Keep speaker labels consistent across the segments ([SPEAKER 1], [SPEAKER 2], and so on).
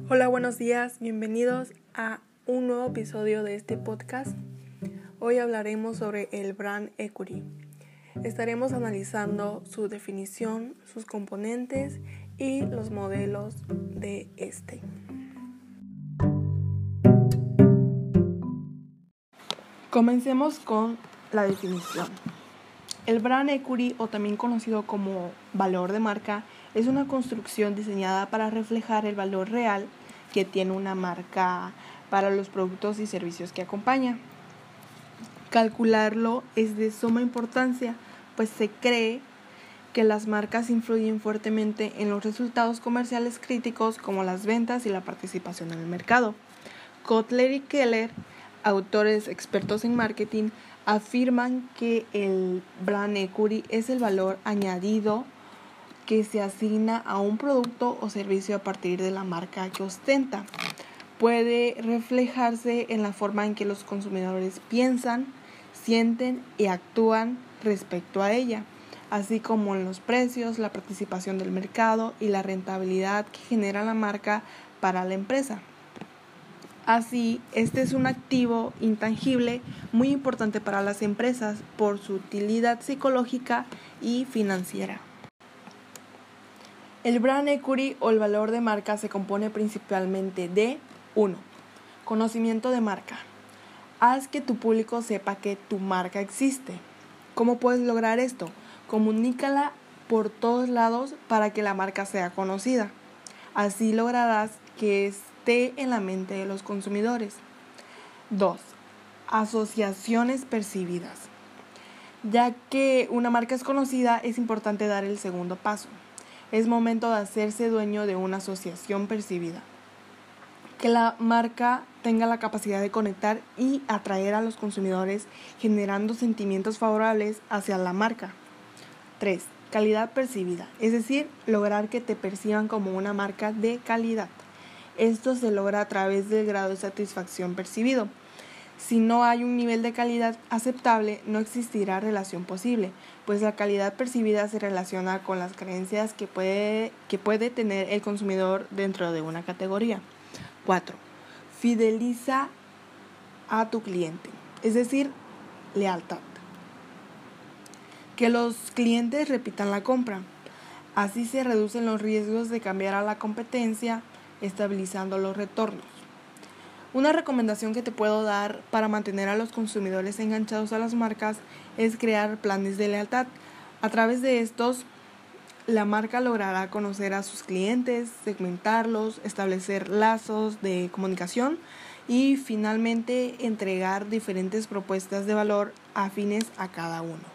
[SPEAKER 1] Hola, buenos días, bienvenidos a un nuevo episodio de este podcast. Hoy hablaremos sobre el brand equity. Estaremos analizando su definición, sus componentes y los modelos de este. Comencemos con la definición. El brand equity, o también conocido como valor de marca, es una construcción diseñada para reflejar el valor real que tiene una marca para los productos y servicios que acompaña. Calcularlo es de suma importancia, pues se cree que las marcas influyen fuertemente en los resultados comerciales críticos como las ventas y la participación en el mercado. Kotler y Keller, autores expertos en marketing, afirman que el brand equity es el valor añadido que se asigna a un producto o servicio a partir de la marca que ostenta. Puede reflejarse en la forma en que los consumidores piensan, sienten y actúan respecto a ella, así como en los precios, la participación del mercado y la rentabilidad que genera la marca para la empresa. Así, este es un activo intangible muy importante para las empresas por su utilidad psicológica y financiera. El brand equity o el valor de marca se compone principalmente de 1. Conocimiento de marca. Haz que tu público sepa que tu marca existe. ¿Cómo puedes lograr esto? Comunícala por todos lados para que la marca sea conocida. Así lograrás que esté en la mente de los consumidores. 2. Asociaciones percibidas. Ya que una marca es conocida, es importante dar el segundo paso. Es momento de hacerse dueño de una asociación percibida. Que la marca tenga la capacidad de conectar y atraer a los consumidores, generando sentimientos favorables hacia la marca. 3. Calidad percibida, es decir, lograr que te perciban como una marca de calidad. Esto se logra a través del grado de satisfacción percibido. Si no hay un nivel de calidad aceptable, no existirá relación posible, pues la calidad percibida se relaciona con las creencias que puede tener el consumidor dentro de una categoría. 4. Fideliza a tu cliente, es decir, lealtad. Que los clientes repitan la compra. Así se reducen los riesgos de cambiar a la competencia, estabilizando los retornos. Una recomendación que te puedo dar para mantener a los consumidores enganchados a las marcas es crear planes de lealtad. A través de estos, la marca logrará conocer a sus clientes, segmentarlos, establecer lazos de comunicación y finalmente entregar diferentes propuestas de valor afines a cada uno.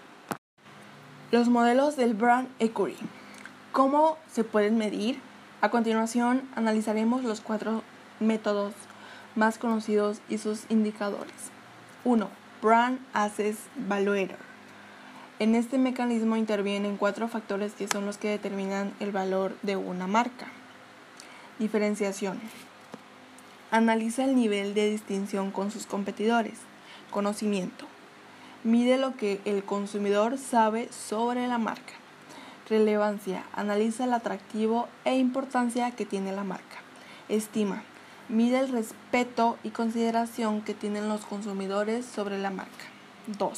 [SPEAKER 1] Los modelos del brand equity. ¿Cómo se pueden medir? A continuación, analizaremos los 4 métodos más conocidos y sus indicadores. 1. Brand Access Valuator. En este mecanismo intervienen 4 factores que son los que determinan el valor de una marca. Diferenciación. Analiza el nivel de distinción con sus competidores. Conocimiento. Mide lo que el consumidor sabe sobre la marca. Relevancia. Analiza el atractivo e importancia que tiene la marca. Estima. Mide el respeto y consideración que tienen los consumidores sobre la marca. 2.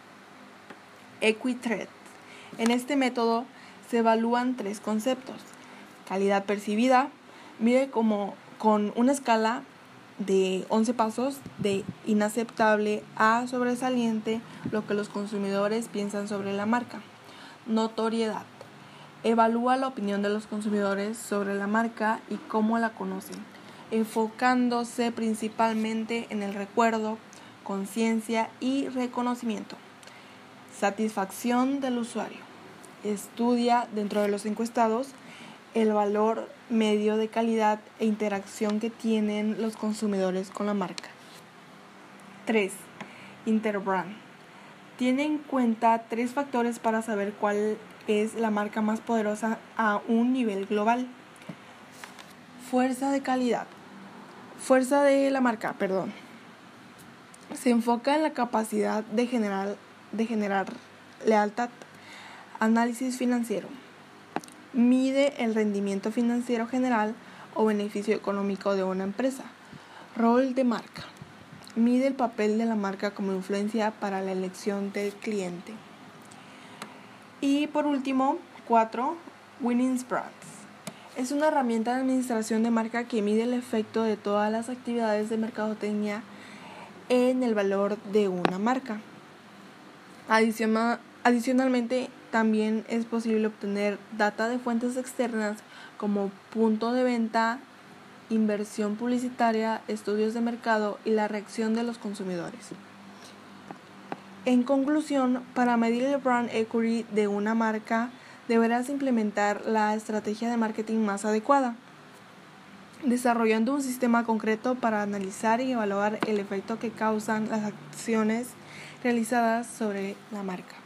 [SPEAKER 1] Equity. En este método se evalúan 3 conceptos. Calidad percibida. Mide con una escala de 11 pasos de inaceptable a sobresaliente lo que los consumidores piensan sobre la marca. Notoriedad. Evalúa la opinión de los consumidores sobre la marca y cómo la conocen, enfocándose principalmente en el recuerdo, conciencia y reconocimiento. Satisfacción del usuario. Estudia dentro de los encuestados el valor medio de calidad e interacción que tienen los consumidores con la marca. 3. Interbrand. Tiene en cuenta 3 factores para saber cuál es la marca más poderosa a un nivel global. Fuerza de la marca, Se enfoca en la capacidad de generar lealtad. Análisis financiero. Mide el rendimiento financiero general o beneficio económico de una empresa. Rol de marca. Mide el papel de la marca como influencia para la elección del cliente. Y por último, 4. Winning Brands. Es una herramienta de administración de marca que mide el efecto de todas las actividades de mercadotecnia en el valor de una marca. Adicionalmente, también es posible obtener data de fuentes externas como punto de venta, inversión publicitaria, estudios de mercado y la reacción de los consumidores. En conclusión, para medir el brand equity de una marca, deberás implementar la estrategia de marketing más adecuada, desarrollando un sistema concreto para analizar y evaluar el efecto que causan las acciones realizadas sobre la marca.